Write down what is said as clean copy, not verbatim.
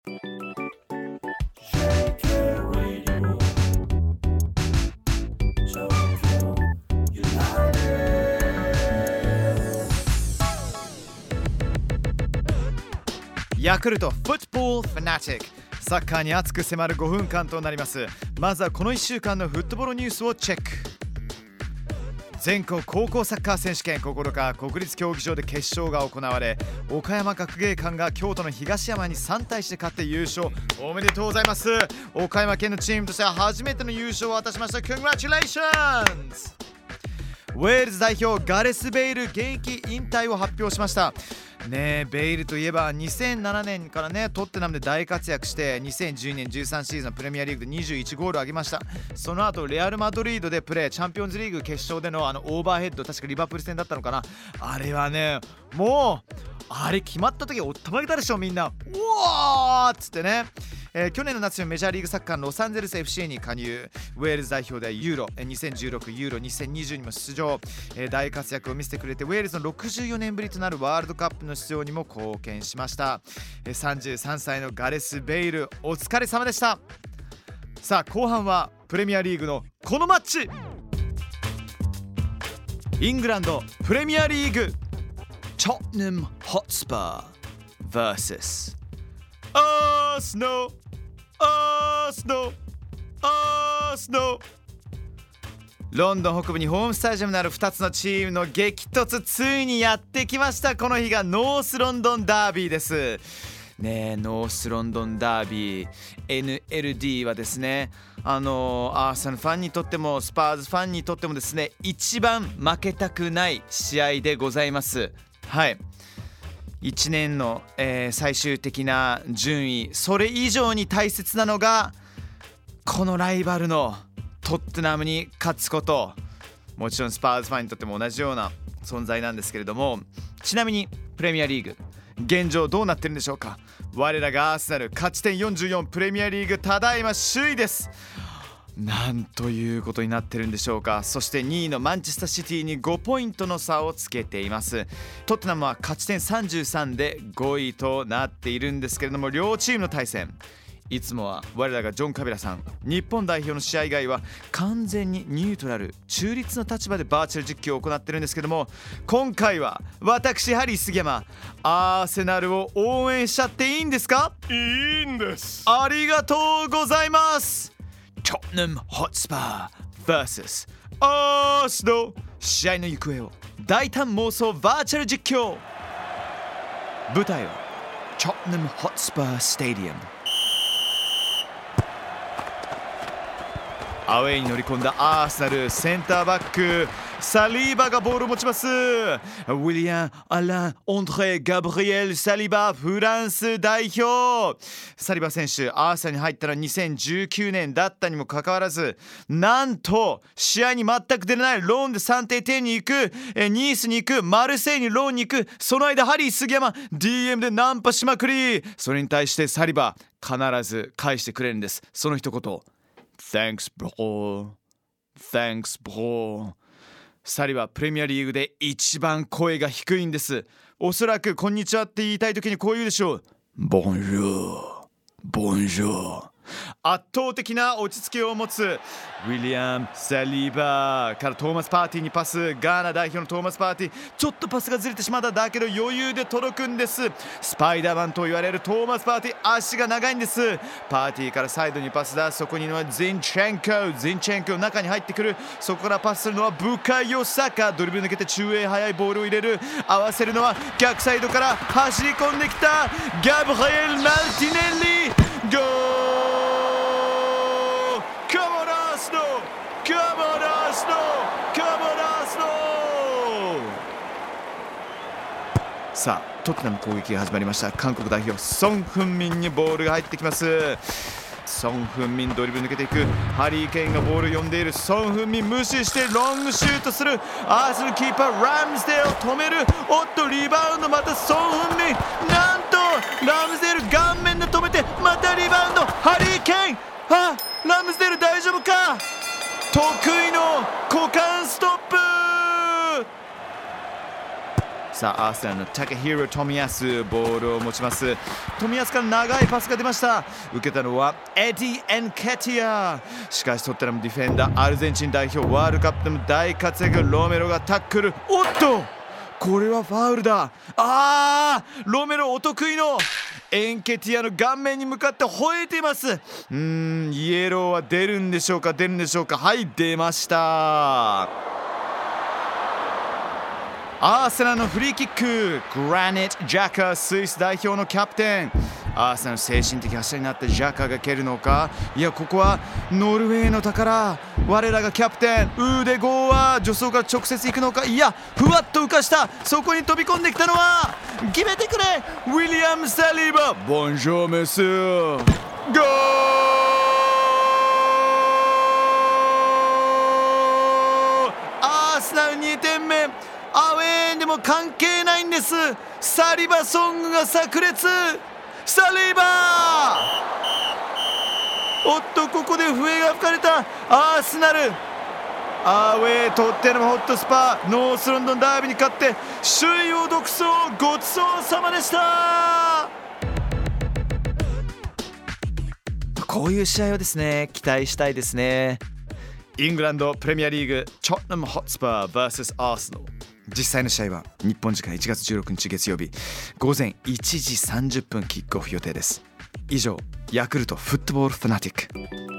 ヤクルトフットボールファナティック、サッカーに熱く迫る5分間となります。まずはこの1週間のフットボールニュースをチェック。全国高校サッカー選手権9日、国立競技場で決勝が行われ、岡山学芸館が京都の東山に3対1で勝って優勝。おめでとうございます。岡山県のチームとしては初めての優勝を果たしました。 Congratulations。 ウェールズ代表ガレス・ベイル現役引退を発表しましたね。ベイルといえば2007年からね、トッテナムで大活躍して、2012年13シーズンのプレミアリーグで21ゴールを挙げました。その後レアルマドリードでプレー、チャンピオンズリーグ決勝でのオーバーヘッド、確かリバプール戦だったのかな。あれはね、もうあれ決まった時おったまげたでしょ、みんな。うわーっつってね。去年の夏にメジャーリーグサッカーのロサンゼルス FC に加入。ウェールズ代表ではユーロ2016、ユーロ2020にも出場、大活躍を見せてくれて、ウェールズの64年ぶりとなるワールドカップの出場にも貢献しました。33歳のガレス・ベイル、お疲れ様でした。さあ後半はプレミアリーグのこのマッチ。イングランドプレミアリーグ、トッテナム・ホットスパー vs アーセナル。ロンドン北部にホームスタジアムのある2つのチームの激突、ついにやってきました。この日がノースロンドンダービーですね。ノースロンドンダービー NLD はですね、アーセナルファンにとってもスパーズファンにとってもですね、一番負けたくない試合でございます。はい、1年の、最終的な順位、それ以上に大切なのがこのライバルのトッテナムに勝つこと。もちろんスパーズファンにとっても同じような存在なんですけれども、ちなみにプレミアリーグ現状どうなってるんでしょうか。我らがアーセナル勝ち点44、プレミアリーグただいま首位です。なんということになってるんでしょうか。そして2位のマンチェスターシティに5ポイントの差をつけています。トッテナムは勝ち点33で5位となっているんですけれども、両チームの対戦、いつもは我らがジョン・カビラさん、日本代表の試合以外は完全にニュートラル、中立の立場でバーチャル実況を行ってるんですけども、今回は私ハリー杉山、アーセナルを応援しちゃっていいんですか。 いいんです。 ありがとうございます。トッテナム・ホットスパー vs アーセナル、試合の行方を大胆妄想バーチャル実況。舞台はトッテナム・ホットスパースタディアム。アウェイに乗り込んだアーセナル、センターバックサリーバがボールを持ちます。ウィリアン・アラン・オンドレ・ガブリエル・サリバ、フランス代表。サリバ選手、アーセナルに入ったのは2019年だったにもかかわらず、なんと試合に全く出れない、ローンでサンテテに行く、ニースに行く、マルセイにローンに行く、その間ハリー杉山 DM でナンパしまくり。それに対してサリバ必ず返してくれるんです。その一言、Thanks bro Thanks bro。 サリはプレミアリーグで一番声が低いんです。おそらくこんにちはって言いたい時にこう言うでしょう。Bonjour Bonjour。圧倒的な落ち着きを持つウィリアム・サリバーからトーマス・パーティーにパス。ガーナ代表のトーマス・パーティー、ちょっとパスがずれてしまっただけど余裕で届くんです。スパイダーマンと言われるトーマス・パーティー、足が長いんです。パーティーからサイドにパスだ。そこにのはゼンチェンコ中に入ってくる。そこからパスするのはブカヨサカ、ドリブル抜けて中へ速いボールを入れる。合わせるのは逆サイドから走り込んできたガブリエル・マルティネッリ。ゴーさあトッテナム攻撃が始まりました。韓国代表ソン・フンミンにボールが入ってきます。ソン・フンミンドリブル抜けていく。ハリー・ケインがボールを呼んでいる。ソン・フンミン無視してロングシュートする。アーセナルキーパーラムズデールを止める。おっとリバウンド、またソン・フンミン、なんとラムズデール顔面で止めて、またリバウンド。ハリー・ケイン、ラムズデール大丈夫か。得意の股間ストップ。 さあアーセナルのタケヒロ冨安ボールを持ちます。冨安から長いパスが出ました。受けたのはエディ・エンケティア。しかしトッテナムディフェンダーアルゼンチン代表ワールドカップでも大活躍ロメロがタックル。おっとこれはファウルだ。ロメロお得意のエンケティアの顔面に向かって吠えています。イエローは出るんでしょうか。はい出ました。アーセナルのフリーキック、グラニット・ジャカー、スイス代表のキャプテン。アーセナル精神的柱になったジャカーが蹴るのか。いやここはノルウェーの宝、我らがキャプテンウーデゴーは助走から直接行くのか。いやふわっと浮かした。そこに飛び込んできたのは決めてくれウィリアム・サリバ。ボンジョーメスゴー。アーセナル2点目。アウェーでも関係ないんです。サリバソングが炸裂。サリバおっとここで笛が吹かれた。アーセナルアウェートッテナムホットスパーノースロンドンダービーに勝って首位を独走。ごちそうさまでした。こういう試合をですね期待したいですね。イングランドプレミアリーグトッテナムホットスパー vs アーセナル。実際の試合は日本時間1月16日月曜日午前1時30分キックオフ予定です。以上ヤクルトフットボールファナティック